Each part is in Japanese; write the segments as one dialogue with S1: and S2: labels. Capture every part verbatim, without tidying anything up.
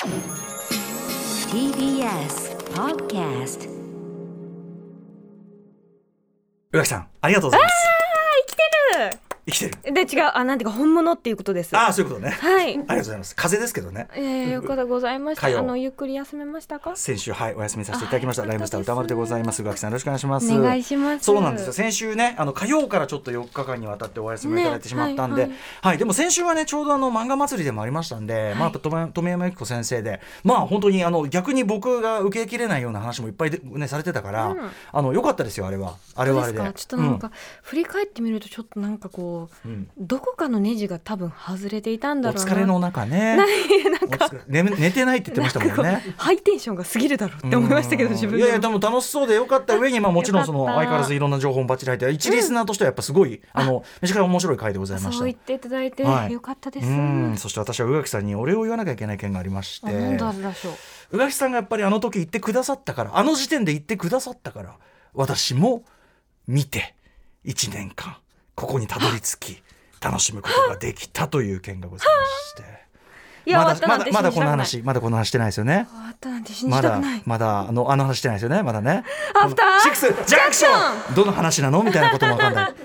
S1: ティービーエス Podcast。
S2: 宇垣さんありがとうございます。
S3: あー生きてる
S2: 生きてる。
S3: で違うあなんていうか本物っていうことです。
S2: ああそういうことね。
S3: はい。
S2: ありがとうございます。風邪ですけどね。
S3: えー、よかったございました。
S2: 火曜
S3: あのゆっくり休めましたか？
S2: 先週はいお休みさせていただきました。
S3: あ
S2: ライムスター歌丸でございます。宇垣さんよろしくお願いします。
S3: お願いします。
S2: そうなんですよ。先週ねあの火曜からちょっとよっかかんにわたってお休みいただいてしまったんで、ねはい、はいはい、でも先週はねちょうどあの漫画祭りでもありましたんで、はい、まあ富山由紀子先生でまあ本当にあの逆に僕が受けきれないような話もいっぱいで、ね、されてたから、うん、あの良かったですよあれはあれはあれで。
S3: ちょっとなんか、うん、振り返ってみるとちょっとなんかこう、うん、どこかのネジが多分外れていたんだろうな。
S2: お疲れの中ね
S3: なんか
S2: 寝, 寝てないって言ってましたもんね。
S3: ハイテンションが過ぎるだろうって思いましたけど自分でも。
S2: いやいやでも楽しそうでよかった上に、まあ、もちろんその相変わらずいろんな情報もバッチリ入って一リスナーとしてはやっぱすごい、うん、あのめちゃくちゃ面白い回でございました。
S3: そう言っていただいて、
S2: はい、
S3: よかったです。
S2: うんそして私は宇垣さんにお礼を言わなきゃいけない件がありまして。
S3: 何だでしょう。
S2: 宇垣さんがやっぱりあの時言ってくださったからあの時点で言ってくださったから私も見ていちねんかんここにたどり着き楽しむことができたという件がございまして
S3: いや
S2: まだまだまだこの話まだこの話してないですよね。
S3: 終わったなんて信じたくない。
S2: まだまだあのあの話してないですよねまだね。
S3: アフター
S2: シックスジャンクションどの話なのみたいなことも分かんない。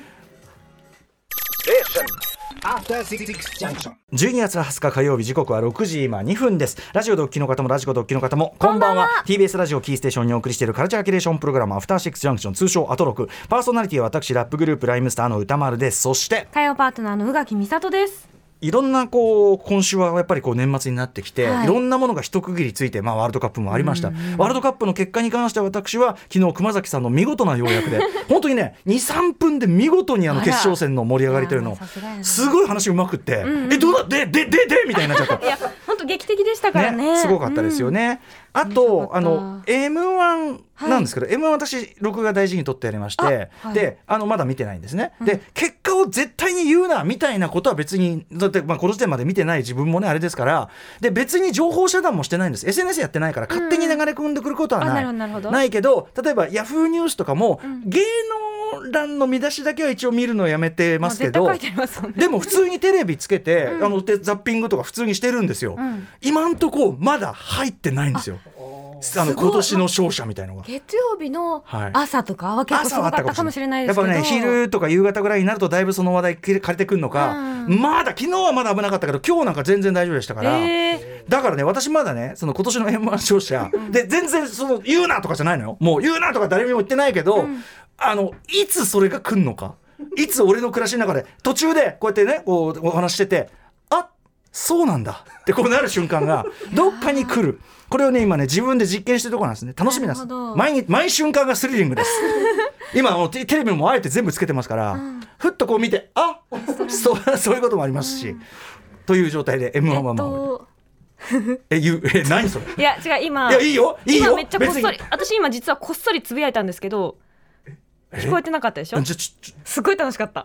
S2: じゅうにがつはつか火曜日時刻はろくじ今にふんです。ラジオドッキの方もラジコドッキの方もこんばんは。 ティービーエス ラジオキーステーションにお送りしているカルチャーキュレーションプログラムアフターシックスジャンクション通称アトロク。パーソナリティは私ラップグループライムスターの歌丸です。そして
S3: 火曜パートナーの宇垣美里です。
S2: いろんなこう今週はやっぱりこう年末になってきて、はい、いろんなものが一区切りついて、まあ、ワールドカップもありました。ワールドカップの結果に関しては私は昨日熊崎さんの見事な要約で本当にね にさんぷんで見事にあの決勝戦の盛り上がりというのをすごい話うまくって、うんうん、えどうだででででみたいになっちゃった。
S3: いや本当劇的でしたから ね,
S2: ねすごかったですよね、うん、あとあの エムワン なんですけど、はい、エムワン 私録画大事に撮ってやりまして、はい、であのまだ見てないんですね、うん、で結果を絶対に言うなみたいなことは別にだって、まあ、この時点まで見てない自分もねあれですからで別に情報遮断もしてないんです。 エスエヌエス やってないから勝手に流れ込んでくることはない、うん、ないけど例えばヤフーニュースとかも、うん、芸能欄の見出しだけは一応見るのやめてますけど、まあ、でも普通にテレビつけて、うん、あのザッピングとか普通にしてるんですよ、うん、今んとこまだ入ってないんですよ。あの今年の勝者みたいなのが
S3: 月曜日の朝とかは結構すごかったかもしれないですけど、
S2: やっぱね昼とか夕方ぐらいになるとだいぶその話題借りてくるのか、うん、まだ昨日はまだ危なかったけど今日なんか全然大丈夫でしたから、えー、だからね私まだねその今年の エムワン 勝者、うん、で全然その言うなとかじゃないのよ。もう言うなとか誰にも言ってないけど、うん、あのいつそれが来るのかいつ俺の暮らしの中で途中でこうやってねこうお話しててあそうなんだってこうなる瞬間がどっかに来る。これをね今ね自分で実験してるところなんですね。楽しみです。毎, 毎瞬間がスリリングです今もうテレビもあえて全部つけてますから、うん、ふっとこう見てあそう、そういうこともありますし、うん、という状態で エムワン はもうえ言うえ何それ
S3: いや違う今
S2: いやいいよいいよ
S3: 今めっちゃこっそり私今実はこっそりつぶやいたんですけど聞こえてなかったでしょ。すごい楽しかった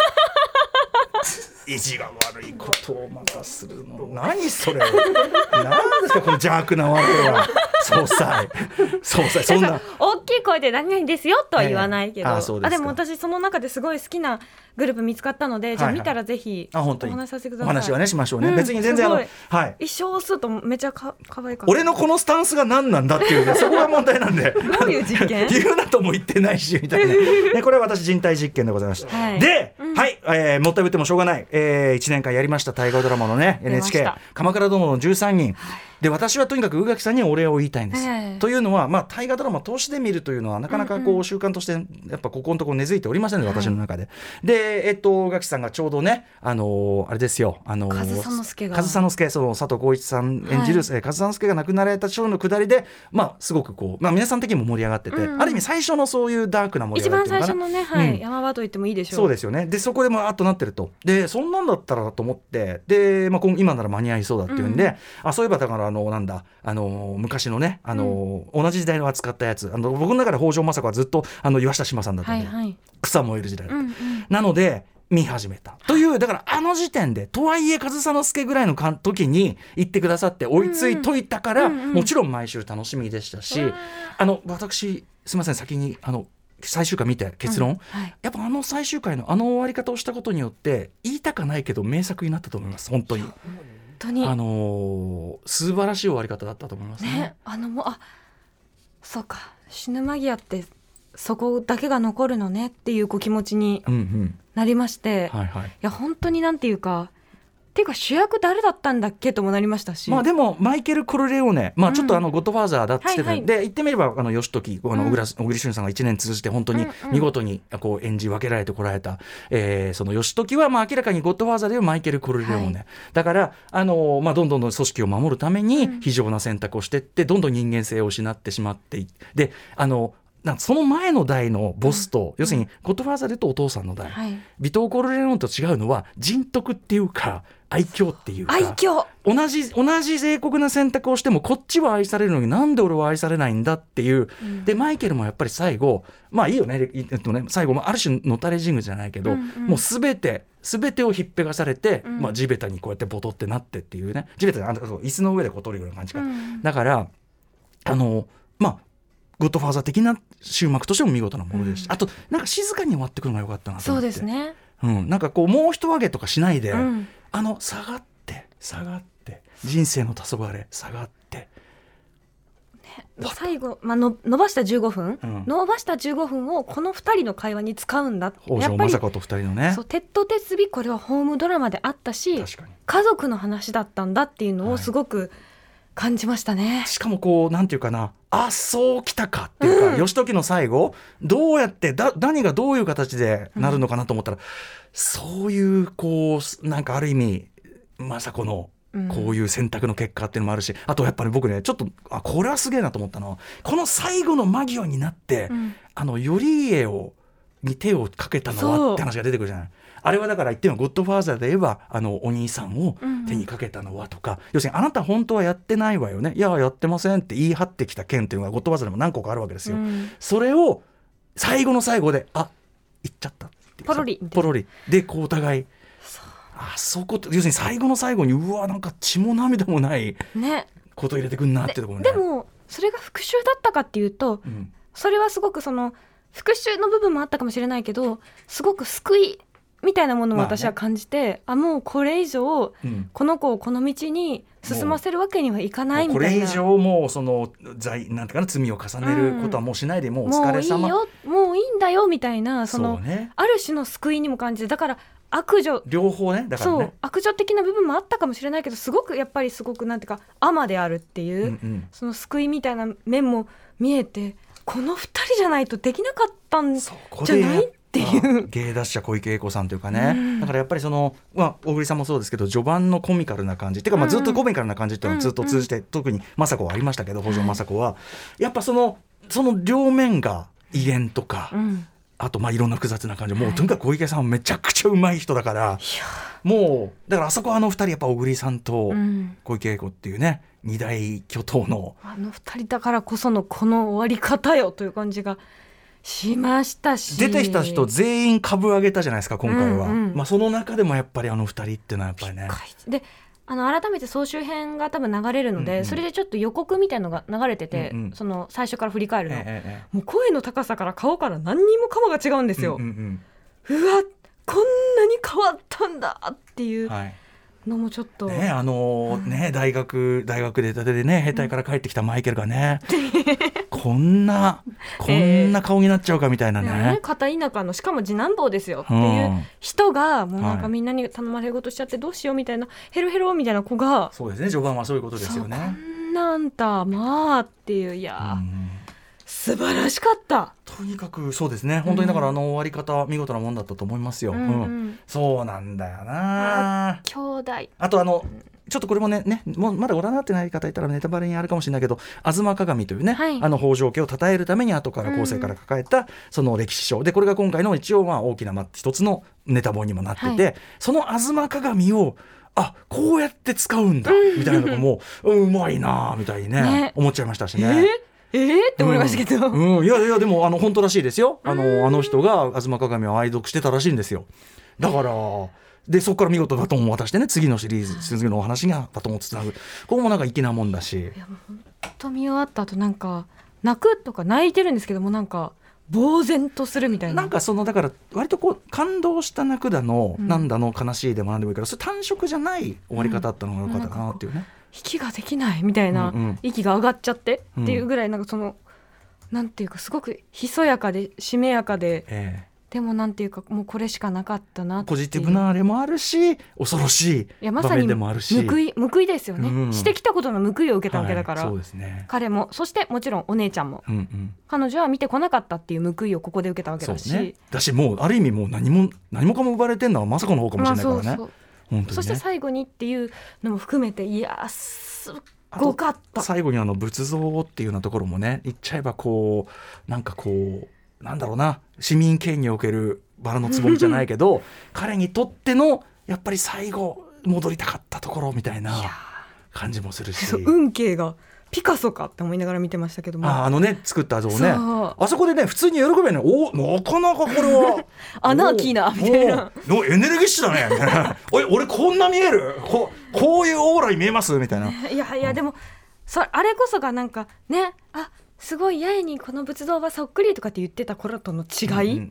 S2: 意地が悪いことをまたするの何それ何ですかこの邪悪なワードは総裁総裁そんな
S3: 大きい声で何々ですよとは言わないけど、えー、あ,
S2: そうですか。
S3: あでも私その中ですごい好きなグループ見つかったので、じゃあ見たらぜひお話しさせてください。
S2: お話はねしましょうね、うん、別に全然あの、はい、
S3: 一生押すとめちゃか可愛かった。
S2: 俺のこのスタンスが何なんだっていう、ね、そこが問題なんで
S3: どういう実験
S2: 言うなとも言ってないしみたいな、ね、これは私人体実験でございました、はい、で、うん、はい、えー、もったいぶってもしょうがない、えー、いちねんかんやりました大河ドラマのね エヌエイチケー 鎌倉殿のじゅうさんにん、はい、で私はとにかく宇垣さんにお礼を言いたいんです、えー、というのは、まあ、大河ドラマ通しで見るというのはなかなかこう、うんうん、習慣としてやっぱここのところ根付いておりませんので、私の中で、はい、で、えっと、宇垣さんがちょうどね、あのー、あれですよ、あのー、
S3: 上総介が
S2: 上総介、その佐藤浩市さん演じる、はい、上総介が亡くなられたショーの下りで、まあ、すごくこう、まあ、皆さん的にも盛り上がってて、うんうん、ある意味最初のそういうダークな盛り上がりっていうのかな、
S3: 一番最初のね、はい、うん、山場と言ってもいいでしょう。
S2: そうですよね。でそこでもあっとなってると、でそんなんだったらと思って、で、まあ、今なら間に合いそうだっていうんで、うん、あそういえばだからあのなんだあの昔のねあの、うん、同じ時代の扱ったやつ、あの僕の中で北条政子はずっとあの岩下志麻さんだったんで、はいはい、草燃える時代だった、うんうん、なので見始めたという、だからあの時点でとはいえ上総介ぐらいのかん時に言ってくださって追いついといたから、うんうん、もちろん毎週楽しみでしたし、うんうん、あの私すみません先にあの最終回見て結論、うんはい、やっぱあの最終回のあの終わり方をしたことによって言いたかないけど名作になったと思います本当に。
S3: 当に
S2: あのー、素晴らしい終わり方だったと思いますね。
S3: ね、あのもうあそうか死ぬ間際ってそこだけが残るのねっていうこう気持ちになりまして、
S2: うんうん、はいはい、い
S3: や本当になんていうかっていうか主役誰だったんだっけともなりましたし、
S2: まあ、でもマイケル・コルレオーネ、まあ、ちょっとあのゴッドファーザーだっつってた、うんはいはい、で言ってみればあの義時あの小倉、うん、小栗旬さんがいちねん通じて本当に見事にこう演じ分けられてこられた、うんうんえー、その義時はまあ明らかにゴッドファーザーでいうマイケル・コルレオーネ、はい、だからあの、まあ、どんどんどん組織を守るために非常な選択をしていってどんどん人間性を失ってしまっていってであのなんかその前の代のボスと、うん、要するにゴッドファーザーで言うとお父さんの代、はい、ビトー・コルレオーネと違うのは人徳っていうか愛嬌っていうか
S3: 愛嬌
S2: 同じ同じ冷酷な選択をしてもこっちは愛されるのになんで俺は愛されないんだっていう、うん、でマイケルもやっぱり最後まあいいよね、えっとね最後ある種のたれ死ぬじゃないけど、うんうん、もう全て全てをひっぺがされて、うんまあ、地べたにこうやってボトってなってっていうね地べたにあの椅子の上でこう取るような感じか、うん、だからあのまあゴッドファーザー的な終幕としても見事なものですし、うん、あとなんか静かに終わってくるのが良かったなと思って。
S3: そうですね、
S2: うん、なんかこうもう一上げとかしないで、うん、あの下がって下がって人生の黄昏下がって、
S3: ね、最後、まあ、の伸ばしたじゅうごふん、うん、伸ばしたじゅうごふんをこのふたりの会話に使うんだ
S2: 北条政子とふたりのね
S3: そう鉄と鉄尾これはホームドラマであったし家族の話だったんだっていうのをすごく感じましたね、
S2: はい、しかもこうなんていうかなあそうきたかっていうか、うん、義時の最後どうやってだ何がどういう形でなるのかなと思ったら、うん、そういうこうなんかある意味政子のこういう選択の結果っていうのもあるし、うん、あとやっぱり僕ねちょっとあこれはすげえなと思ったのはこの最後の間際になって、うん、あの頼家をに手をかけたのはって話が出てくるじゃない。あれはだから言ってもゴッドファーザーで言えばあのお兄さんを手にかけたのはとか、うんうん、要するにあなた本当はやってないわよねいややってませんって言い張ってきた件というのがゴッドファーザーでも何個かあるわけですよ、うん、それを最後の最後であ言っちゃったって
S3: ポロリ
S2: ポロリでこうお互いあそこ要するに最後の最後にうわなんか血も涙もないこと入れてくんなってところね。
S3: でもそれが復讐だったかっていうと、うん、それはすごくその復讐の部分もあったかもしれないけどすごく救いみたいなものも私は感じて、まあね、あもうこれ以上、うん、この子をこの道に進ませるわけにはいかないみたいな
S2: これ以上もうその罪なんてかな罪を重ねることはもうしないで、うん、もうお疲れ様
S3: もういいよもういいんだよみたいなそのそう、ね、ある種の救いにも感じてだから悪女
S2: 両方ねだからね
S3: そう悪女的な部分もあったかもしれないけどすごくやっぱりすごくなんていうかアマであるっていう、うんうん、その救いみたいな面も見えてこのふたりじゃないとできなかったんじゃないっていう
S2: 芸達者小池栄子さんというかね、うん、だからやっぱりその、まあ、小栗さんもそうですけど序盤のコミカルな感じっていうか、まあ、ずっとコミカルな感じっていうのはずっと通じて、うんうん、特に政子はありましたけど北条政子はやっぱそのその両面が威厳とか、うんあとまあいろんな複雑な感じもうとにかく小池さんはめちゃくちゃうまい人だから、はい、もうだからあそこはあのふたりやっぱ小栗さんと小池栄子っていうね、うん、二大巨頭の
S3: あのふたりだからこそのこの終わり方よという感じがしましたし
S2: 出てきた人全員株上げたじゃないですか今回は、うんうんまあ、その中でもやっぱりあのふたりっていうのはやっぱりね
S3: であの改めて総集編が多分流れるので、うんうん、それでちょっと予告みたいなのが流れてて、うんうん、その最初から振り返るの、ええ、もう声の高さから顔から何にもかもが違うんですよ、うんうんうん、うわこんなに変わったんだっていうのもちょっと、
S2: ねあのーねうん、大学大学出たてでね兵隊から帰ってきたマイケルがね、うん、こんなこんな顔になっちゃうかみたいなね、えー、ね
S3: 片田舎のしかも次男坊ですよっていう人が、うん、もうなんかみんなに頼まれることしちゃってどうしようみたいな、はい、ヘロヘロみたいな子が
S2: そうですね序盤はそういうことですよね
S3: こんなんだまあっていういや、うん素晴らしかった
S2: とにかくそうですね本当にだからあの終わり方、うん、見事なもんだったと思いますよ、うんうん、そうなんだよな
S3: 兄弟
S2: あとあのちょっとこれも ね, ねもうまだご覧になってない方いたらネタバレにあるかもしれないけど吾妻鏡というね、はい、あの北条家を称えるために後から後世から抱えたその歴史書、うん、でこれが今回の一応まあ大きなまあ一つのネタ本にもなってて、はい、その吾妻鏡をあこうやって使うんだみたいなのも、うん、うまいなみたいに ね, ね思っちゃいましたしね、
S3: えーえー、って思いましたけど、
S2: うんうん、いやいやでもあの本当らしいですよあのあの人が吾妻鏡を愛読してたらしいんですよだからでそこから見事バトンを渡してね次のシリーズ次のお話がバトンをつなぐここもなんか粋なもんだしい
S3: やもう本当見終わった後なんか泣くとか泣いてるんですけどもなんか呆然とするみたいな。
S2: なんかそのだから割とこう感動した泣くだの、うん、なんだの悲しいでもなんでもいいからそれ単色じゃない終わり方だったのが良かったかなっていうね、うん、
S3: 息ができないみたいな、うんうん、息が上がっちゃってっていうぐらいなんかその、うん、なんていうかすごくひそやかでしめやかで、えーでもなんていうかもうこれしかなかったなっていう
S2: ポジティブなあれもあるし恐ろしい場面でもあるし、
S3: いやまさに報い、報いですよね、
S2: うん、
S3: してきたことの報いを受けたわけだから、
S2: はい、そうですね、
S3: 彼もそしてもちろんお姉ちゃんも、うんうん、彼女は見てこなかったっていう報いをここで受けたわけだし、
S2: ね、だしもうある意味もう何も何もかも奪われてるのはまさかの方かもしれないからね、まあ、そうそう本当にね。
S3: そして最後にっていうのも含めていやすごかった。
S2: 最後にあの仏像っていうようなところもね言っちゃえばこうなんかこうなんだろうな市民権におけるバラのつぼみじゃないけど彼にとってのやっぱり最後戻りたかったところみたいな感じもするし、
S3: 運慶がピカソかって思いながら見てましたけども、
S2: あ, あのね作った像ね、あそこでね普通に喜べない、おなかなかこれは
S3: アナーキーなみたいな、
S2: おエネルギッシュだねみたいなおい俺こんな見える こ, こういうオーラに見えますみたいな、
S3: いやいやでもそあれこそがなんかねあすごい八重にこの仏像はそっくりとかって言ってた頃との違い、うんうんうんうん、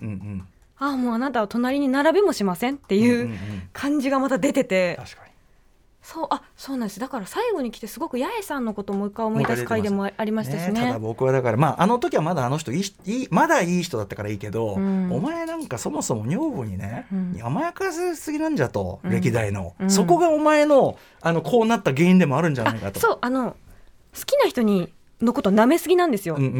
S3: ああもうあなたは隣に並びもしませんっていう感じがまた出てて、うんうんうん、確かにそうあそうなんです。だから最後に来てすごく八重さんのことをもう一回思い出す回でもありましたし ね, ね
S2: ただ僕はだから、まあ、あの時はまだあの人いいいいまだいい人だったからいいけど、うん、お前なんかそもそも女房にね、うん、甘やかせすぎなんじゃと、うん、歴代の、うん、そこがお前 の, あのこうなった原因でもあるんじゃないかと。
S3: そうあの好きな人にのこと舐めすぎなんですよ、うんうんうん、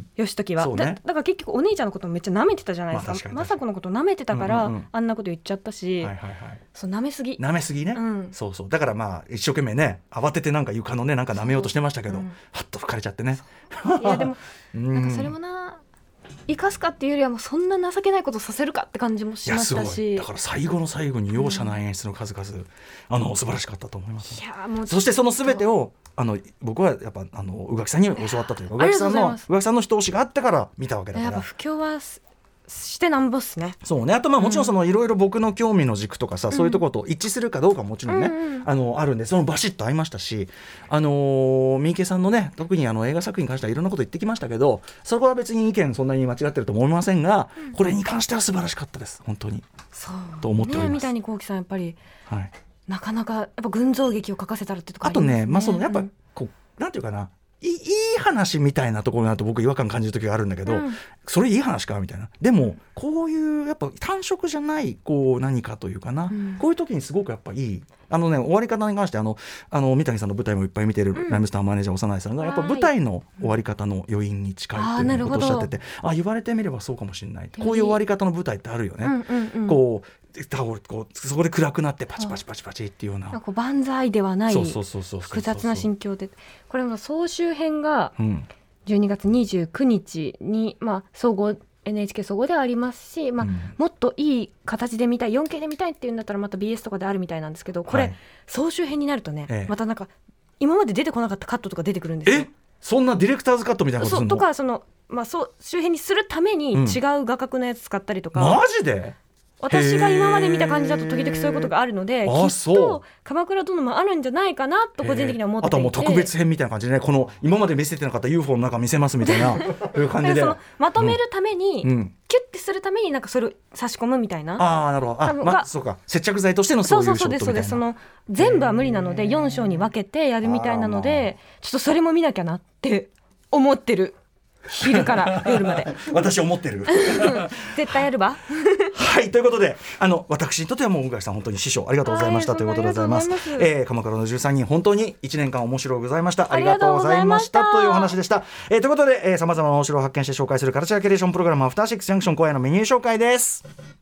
S3: 義時は、ね、だ, だから結局お姉ちゃんのこともめっちゃ舐めてたじゃないですか、まあ、政子のこと舐めてたから、うんうんうん、あんなこと言っちゃったし、はいはいはい、そう舐めすぎ
S2: 舐めすぎね、うん、そうそうだからまあ一生懸命ね慌ててなんか床のねなんか舐めようとしてましたけど、うん、はっと吹かれちゃってね
S3: いやでもなんかそれもな生かすかっていうよりはもうそんな情けないことさせるかって感じもしましたし、
S2: いやすごいだから最後の最後に容赦ない演出の数々、うん、あの素晴らしかったと思います、
S3: いやもう
S2: そしてその全てをあの僕はやっぱあの宇垣さんに教わったというか、宇垣さんの宇垣さんの一押しがあってから見たわけだから、
S3: やっぱ不況はしてなんぼっすね。
S2: そうね。あとまあもちろんそのいろいろ僕の興味の軸とかさ、うん、そういうところと一致するかどうかもちろんね、うんうん、あのあるんでそのバシッと合いましたし、あのー、三池さんのね特にあの映画作品に関してはいろんなこと言ってきましたけど、そこは別に意見そんなに間違ってると思いませんが、うん、これに関しては素晴らしかったです本当に。
S3: そう
S2: と思っております。
S3: ね、三谷幸喜さんやっぱり、はい、なかなかやっぱ群像劇を書かせたらってとこ
S2: ありますね。あとね、まあそのやっぱこうなんていうかな。い, いい話みたいなところになると僕違和感感じる時があるんだけど、うん、それいい話かみたいな。でもこういうやっぱ単色じゃないこう何かというかな、うん、こういう時にすごくやっぱいいあのね終わり方に関してあのあの三谷さんの舞台もいっぱい見てる、うん、ライムスターマネージャー長内さんがやっぱ舞台の終わり方の余韻に近いっていうことをおっしゃってて、あ言われてみればそうかもしれない、こういう終わり方の舞台ってあるよね、うんうんうん、こうこうそこで暗くなってパチパチパチパチっていうような、
S3: なんか万歳ではない複雑な心境で、これも総集編がじゅうにがつにじゅうくにちに、まあ、総合 エヌエイチケー 総合ではありますし、まあうん、もっといい形で見たい よんケー で見たいっていうんだったらまた ビーエス とかであるみたいなんですけど、これ、はい、総集編になるとね、ええ、またなんか今まで出てこなかったカットとか出てくるんですよ。え
S2: そんなディレクターズカットみたいなことするの？
S3: そうとかその、まあ、総集編にするために違う画角のやつ使ったりとか、
S2: うん、マジで
S3: 私が今まで見た感じだと時々そういうことがあるので、きっと鎌倉殿もあるんじゃないかなと個人的には思っていて、
S2: あとはもう特別編みたいな感じでね、この今まで見せてなかった ユーフォー の中見せますみたいないう感じで
S3: そのまとめるために、うん、キュッてするためになんかそれを差し込むみたいな、
S2: ああなるほど、あ、まあ、そうか接着剤としてのそういうショットみたいな、そうそうそうです、その
S3: 全部は無理なのでよん章に分けてやるみたいなので、ちょっとそれも見なきゃなって思ってる。昼から夜まで
S2: 私思ってる
S3: 絶対やるわ
S2: はいということであの私にとってはもう宇垣さん本当に師匠ありがとうございましたということでございます、えー、鎌倉のじゅうさんにん本当にいちねんかん面白いございました、ありがとうございましたというお話でした、えー、ということでさまざまな面白を発見して紹介するカルチャーキュレーションプログラムアフターシックスジャンクション今夜のメニュー紹介です。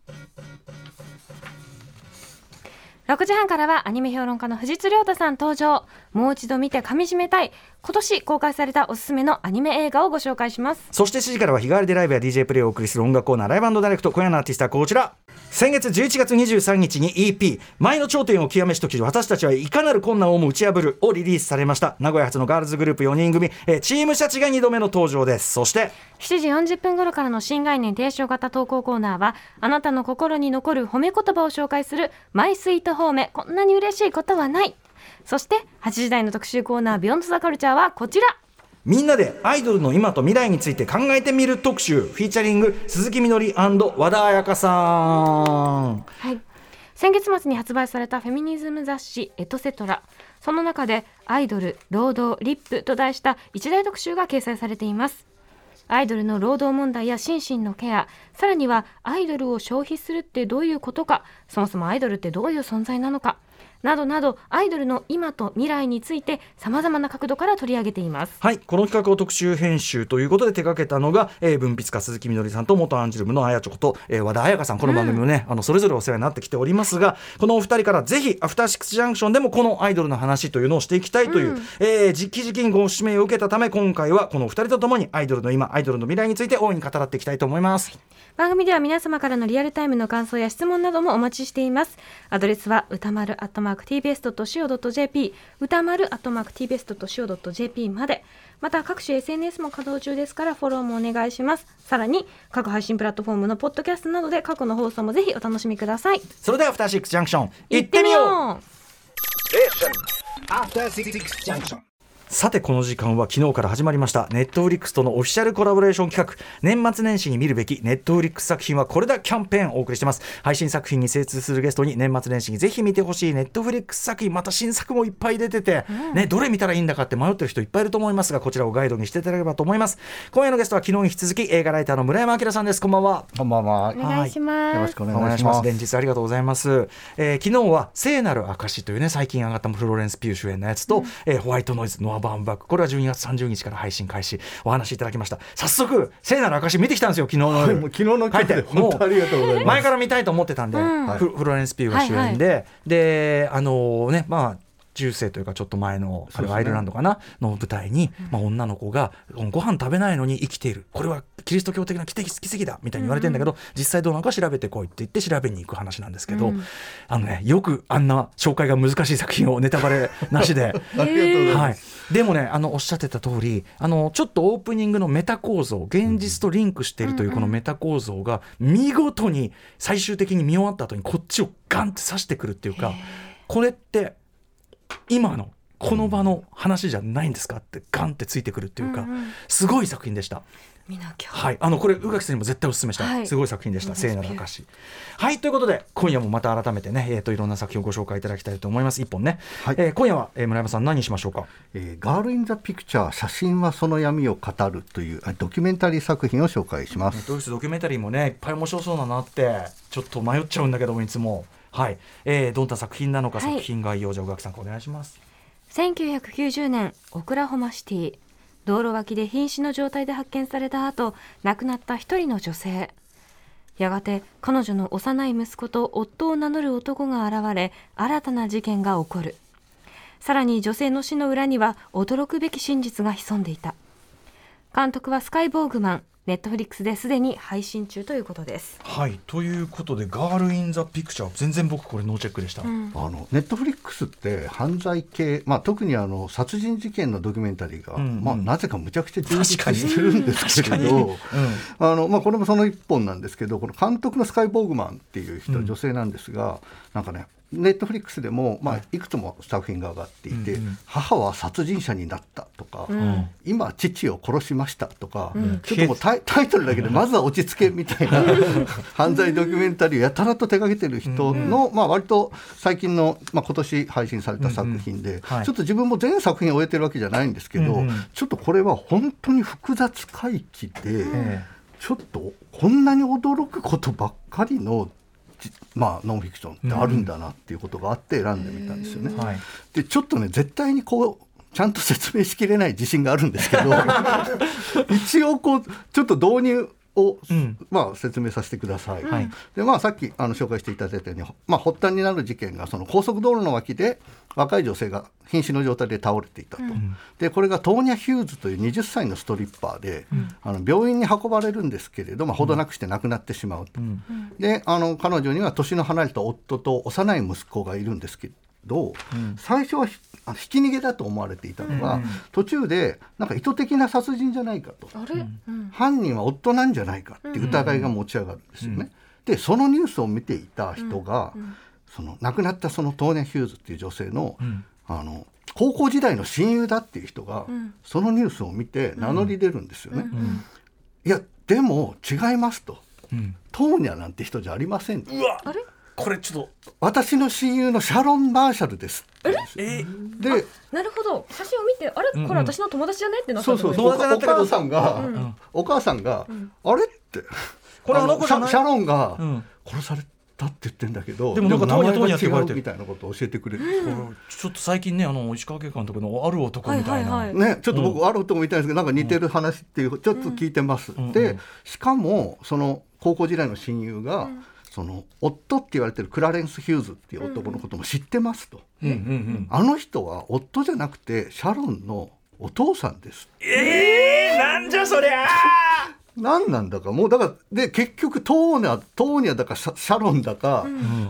S3: ろくじはんからはアニメ評論家の藤津亮太さん登場。もう一度見て噛み締めたい今年公開されたおすすめのアニメ映画をご紹介します。
S2: そしてしちじからは日替わりでライブや ディージェー プレイをお送りする音楽コーナーライブ&ダイレクト。今夜のアーティストはこちら。先月じゅういちがつにじゅうさんにちに イーピー 前の頂点を極めし時私たちはいかなる困難をも打ち破るをリリースされました。名古屋発のガールズグループよにん組えチームシャチがにどめの登場です。そして
S3: しちじよんじゅっぷん頃からの新概念提唱型投稿コーナーはあなたの心に残る褒め言葉を紹介するマイスイート褒め、こんなに嬉しいことはない。そしてはちじ台の特集コーナービヨンドザカルチャーはこちら。
S2: みんなでアイドルの今と未来について考えてみる特集、フィーチャリング鈴木みのり&和田彩香さん。
S3: はい、先月末に発売されたフェミニズム雑誌エトセトラ、その中でアイドル、労働、リップと題した一大特集が掲載されています。アイドルの労働問題や心身のケア、さらにはアイドルを消費するってどういうことか、そもそもアイドルってどういう存在なのかなどなど、アイドルの今と未来についてさまざまな角度から取り上げています。
S2: はい、この企画を特集編集ということで手掛けたのが、えー、文筆家鈴木みのりさんと元アンジュルムのあやちょこと、えー、和田彩香さん。この番組もね、うん、あのそれぞれお世話になってきておりますが、このお二人からぜひアフターシックスジャンクションでもこのアイドルの話というのをしていきたいという、うん、えー、直々にご指名を受けたため、今回はこのお二人とともにアイドルの今、アイドルの未来について大いに語らっていきたいと思います。
S3: 番組では皆様からのリアルタイムの感想や質問などもお待ちしています。アドレスは歌丸アットマーク ティービーエスドットシーオードットジェーピー、 歌丸アットマーク ティービーエスドットシーオードットジェーピー まで。また各種 エスエヌエス も稼働中ですからフォローもお願いします。さらに各配信プラットフォームのポッドキャストなどで過去の放送もぜひお楽しみください。
S2: それではアフターシックスジャンクション行ってみよう。アフターシックスジャンクション。さてこの時間は昨日から始まりましたネットフリックスとのオフィシャルコラボレーション企画、年末年始に見るべきネットフリックス作品はこれだキャンペーンをお送りしています。配信作品に精通するゲストに年末年始にぜひ見てほしいネットフリックス作品、また新作もいっぱい出てて、うんね、どれ見たらいいんだかって迷ってる人いっぱいいると思いますが、こちらをガイドにしていただければと思います。今夜のゲストは昨日に引き続き映画ライターの村山明さんです。こんばんは。
S4: こんばんは。
S3: お願いします。
S4: よろしくお願いします。
S2: 連日ありがとうございます。えー、昨日は聖なる証というね、最近上がったフローレンス・ピュー主演のやつと、うんえー、ホワイトノイズノア・バーンバック、これはじゅうにがつさんじゅうにちから配信開始、お話しいただきました。早速聖なる証見てきたんですよ、昨日の、はい、
S4: もう昨日の回で本当ありがとうございます。
S2: 前から見たいと思ってたんで、うん、フ, フローレンス・ピューが主演で、はいはい、であのー、ねまあ中世というかちょっと前のあれはアイルランドかな、ね、の舞台に、まあ、女の子がご飯食べないのに生きている、これはキリスト教的な奇跡奇跡だみたいに言われてるんだけど、うんうん、実際どうなのか調べてこいって言って調べに行く話なんですけど、うん、あのね、よくあんな紹介が難しい作品をネタバレなしで
S4: ありがとうございます、
S2: はい、でもね、あのおっしゃってた通り、あのちょっとオープニングのメタ構造、現実とリンクしているというこのメタ構造が見事に最終的に見終わった後にこっちをガンって刺してくるっていうか、これって今のこの場の話じゃないんですかってガンってついてくるっていうか、うんうん、すごい作品でした。
S3: 見なきゃ。
S2: はい、あのこれ宇垣さんにも絶対おすすめした、はい、すごい作品でした。聖なる証。はい、ということで今夜もまた改めてね、えー、といろんな作品をご紹介いただきたいと思います。一本ね、はいえー、今夜は、えー、村山さん何にしましょうか。
S4: えー、ガールインザピクチャー、写真はその闇を語るというドキュメンタリー作品を紹介します。
S2: ドキュメンタリーもねいっぱい面白そうだなってちょっと迷っちゃうんだけども、いつもはい、えー、どんな作品なのか、はい、作品概要、じゃあ宇垣さんお願いします。
S3: せんきゅうひゃくきゅうじゅうねん、オクラホマシティ、道路脇で瀕死の状態で発見された後、亡くなった一人の女性。やがて彼女の幼い息子と夫を名乗る男が現れ、新たな事件が起こる。さらに女性の死の裏には驚くべき真実が潜んでいた。監督はスカイ・ボーグマン。ネットフリックスですでに配信中ということです。
S2: はい、ということでガールインザピクチャー、全然僕これノーチェックでした。うん、
S4: あのネットフリックスって犯罪系、まあ、特にあの殺人事件のドキュメンタリーが、うんうんまあ、なぜかむちゃくちゃ充実してるんですけれど、うんあのまあ、これもその一本なんですけど、この監督のスカイ・ボーグマンっていう人、うん、女性なんですが、なんかねネットフリックスでも、まあ、いくつも作品が上がっていて、うんうん、母は殺人者になったとか、うん、今父を殺しましたとか、うん、ちょっともう タ, イタイトルだけでまずは落ち着けみたいな犯罪ドキュメンタリーをやたらと手掛けてる人の、うんまあ、割と最近の、まあ、今年配信された作品で、うんうんはい、ちょっと自分も全作品を終えてるわけじゃないんですけど、うんうん、ちょっとこれは本当に複雑回帰で、うん、ちょっとこんなに驚くことばっかりのまあ、ノンフィクションってあるんだなっていうことがあって選んでみたんですよね、うんはい、でちょっとね絶対にこうちゃんと説明しきれない自信があるんですけど一応こうちょっと導入を、うんまあ、説明させてください、はいでまあ、さっきあの紹介していただいたように、まあ、発端になる事件がその高速道路の脇で若い女性が瀕死の状態で倒れていたと、うん、でこれがトーニャ・ヒューズというはたちのストリッパーで、うん、あの病院に運ばれるんですけれど、まあ、ほどなくして亡くなってしまうと、うん、であの彼女には年の離れた夫と幼い息子がいるんですけど、うん、最初はひひき逃げだと思われていたのが、うん、途中でなんか意図的な殺人じゃないかと、あれ、うん、犯人は夫なんじゃないかっていう疑いが持ち上がるんですよね、うん、でそのニュースを見ていた人が、うん、その亡くなったそのトーニャ・ヒューズっていう女性の、うん、あの高校時代の親友だっていう人が、うん、そのニュースを見て名乗り出るんですよね、うんうん、いやでも違いますと、うん、トーニャなんて人じゃありません。
S2: うわあれこれちょっと
S4: 私の親友のシャロン・マーシャルです。
S3: えでなるほど写真を見てあれ、うんうん、これ私の友達じゃねってなったんです
S4: そうそうそうお母さんが、うん、お母さんが、うん、あれって
S2: これあの子じゃない
S4: シャロンが殺されたって言ってんだけど、
S2: でもなんかトーニャトーニャって言われてる
S4: みたいなことを教えてくれる、
S2: うん、ちょっと最近ねあの石川慶監督のある男みたいな、はいはい
S4: はいね、ちょっと僕、うん、ある男みたいですけどなんか似てる話っていうちょっと聞いてます、うん、でしかもその高校時代の親友が、うんその夫って言われてるクラレンス・ヒューズっていう男のことも知ってますと、うんうんうん、あの人は夫じゃなくてシャロンのお父さんです。
S2: えー、なんじゃそりゃ
S4: 何なんだかもうだからで結局トーニャトーニャだかシャ、シャロンだか、うん、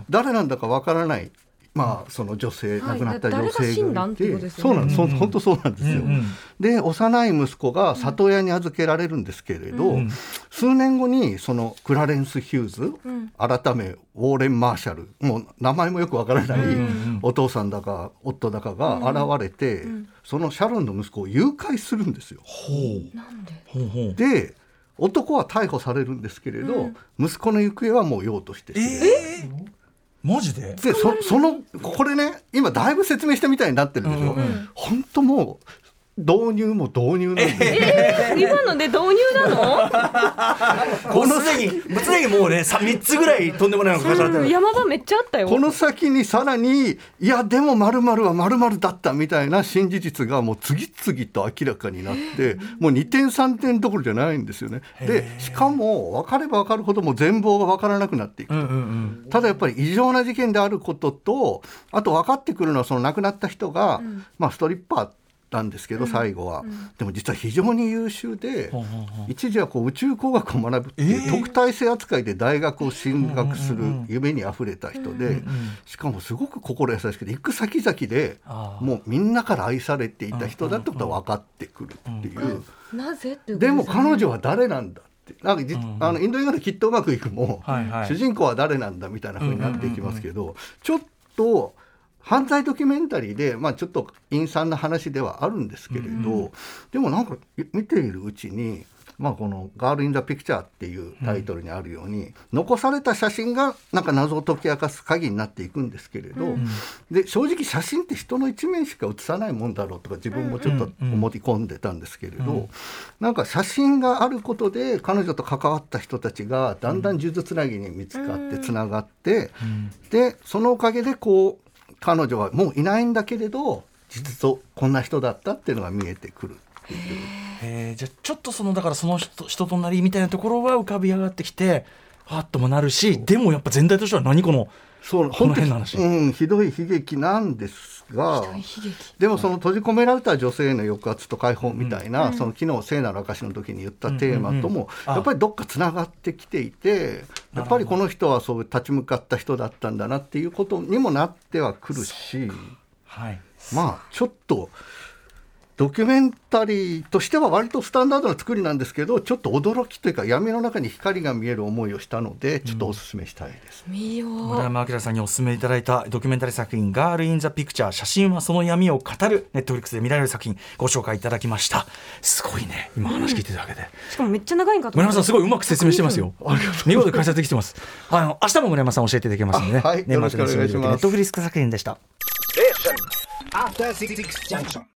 S4: 誰なんだかわからないまあ、その女性、はい、亡くなった女性がいて、そうなんです、うんうん、本当そうなんですよ、うんうん、で幼い息子が里親に預けられるんですけれど、うん、数年後にそのクラレンス・ヒューズ、うん、改めウォーレン・マーシャルもう名前もよくわからない、うんうん、お父さんだか夫だかが現れて、うんうん、そのシャロンの息子を誘拐するんですよ。
S3: ほうなんでほうほう
S4: で男は逮捕されるんですけれど、うん、息子の行方はもうようとしてて、
S2: えーマジで
S4: で そ, そのこれね今だいぶ説明したみたいになってるでしょ、うんうん、本当もう導入も導入なんで、
S3: えー、今ので導入なの
S2: このすでに常にもうねみっつぐらいとんでもないのが書かれてる、
S3: 山場めっちゃあったよ。
S4: この先にさらにいやでも〇〇は〇〇だったみたいな新事実がもう次々と明らかになってもうにてんさんてんどころじゃないんですよね。でしかも分かれば分かるほどもう全貌が分からなくなっていくと、うんうんうん、ただやっぱり異常な事件であることとあと分かってくるのはその亡くなった人が、うんまあ、ストリッパーなんですけど最後は、うんうん、でも実は非常に優秀で、うん、一時はこう宇宙工学を学ぶっていう、えー、特待生扱いで大学を進学する夢にあふれた人で、うんうん、しかもすごく心優しくて行く先々でもうみんなから愛されていた人だってことが分かってくるっていう、うん
S3: うん、なぜっていうことですね。
S4: でも彼女は誰なんだってなんか、うん、あのインド映画できっとうまくいくも、はいはい、主人公は誰なんだみたいな風になっていきますけど、うんうんうんうん、ちょっと犯罪ドキュメンタリーで、まあ、ちょっと陰惨な話ではあるんですけれど、うんうん、でもなんか見ているうちに、まあ、このガール・イン・ザ・ピクチャーっていうタイトルにあるように、うん、残された写真がなんか謎を解き明かす鍵になっていくんですけれど、うん、で正直写真って人の一面しか写さないもんだろうとか自分もちょっと思い込んでたんですけれど、うんうん、なんか写真があることで彼女と関わった人たちがだんだん数珠つなぎに見つかってつながって、うん、でそのおかげでこう彼女はもういないんだけれど実はこんな人だったっていうのが見えてくるっていう。
S2: へーじゃあちょっとそのだからその 人, 人となりみたいなところは浮かび上がってきてはっともなるしでもやっぱ全体としては何この
S4: そうこの変な話、うん、ひどい悲劇なんですがでもその閉じ込められた女性への抑圧と解放みたいな、うん、その昨日聖なる証の時に言ったテーマともやっぱりどっかつながってきていてやっぱりこの人はそう立ち向かった人だったんだなっていうことにもなってはくるし、はい、まあちょっとドキュメンタリーとしては割とスタンダードな作りなんですけどちょっと驚きというか闇の中に光が見える思いをしたのでちょっとお勧めしたいです、
S3: うん、見よう。
S2: 村山明さんにお勧めいただいたドキュメンタリー作品ガール・イン・ザ・ピクチャー写真はその闇を語るネットフリックスで見られる作品ご紹介いただきました。すごいね今話聞いてるだけで、うん、
S3: しかもめっちゃ長いんかと
S2: 村山さんすごいうまく説明してますよ見事解説できてます。あの明日も村山さん教えていただけますのでね、
S4: はい、よろしくお願いします。
S2: ネットフリックス作品でした。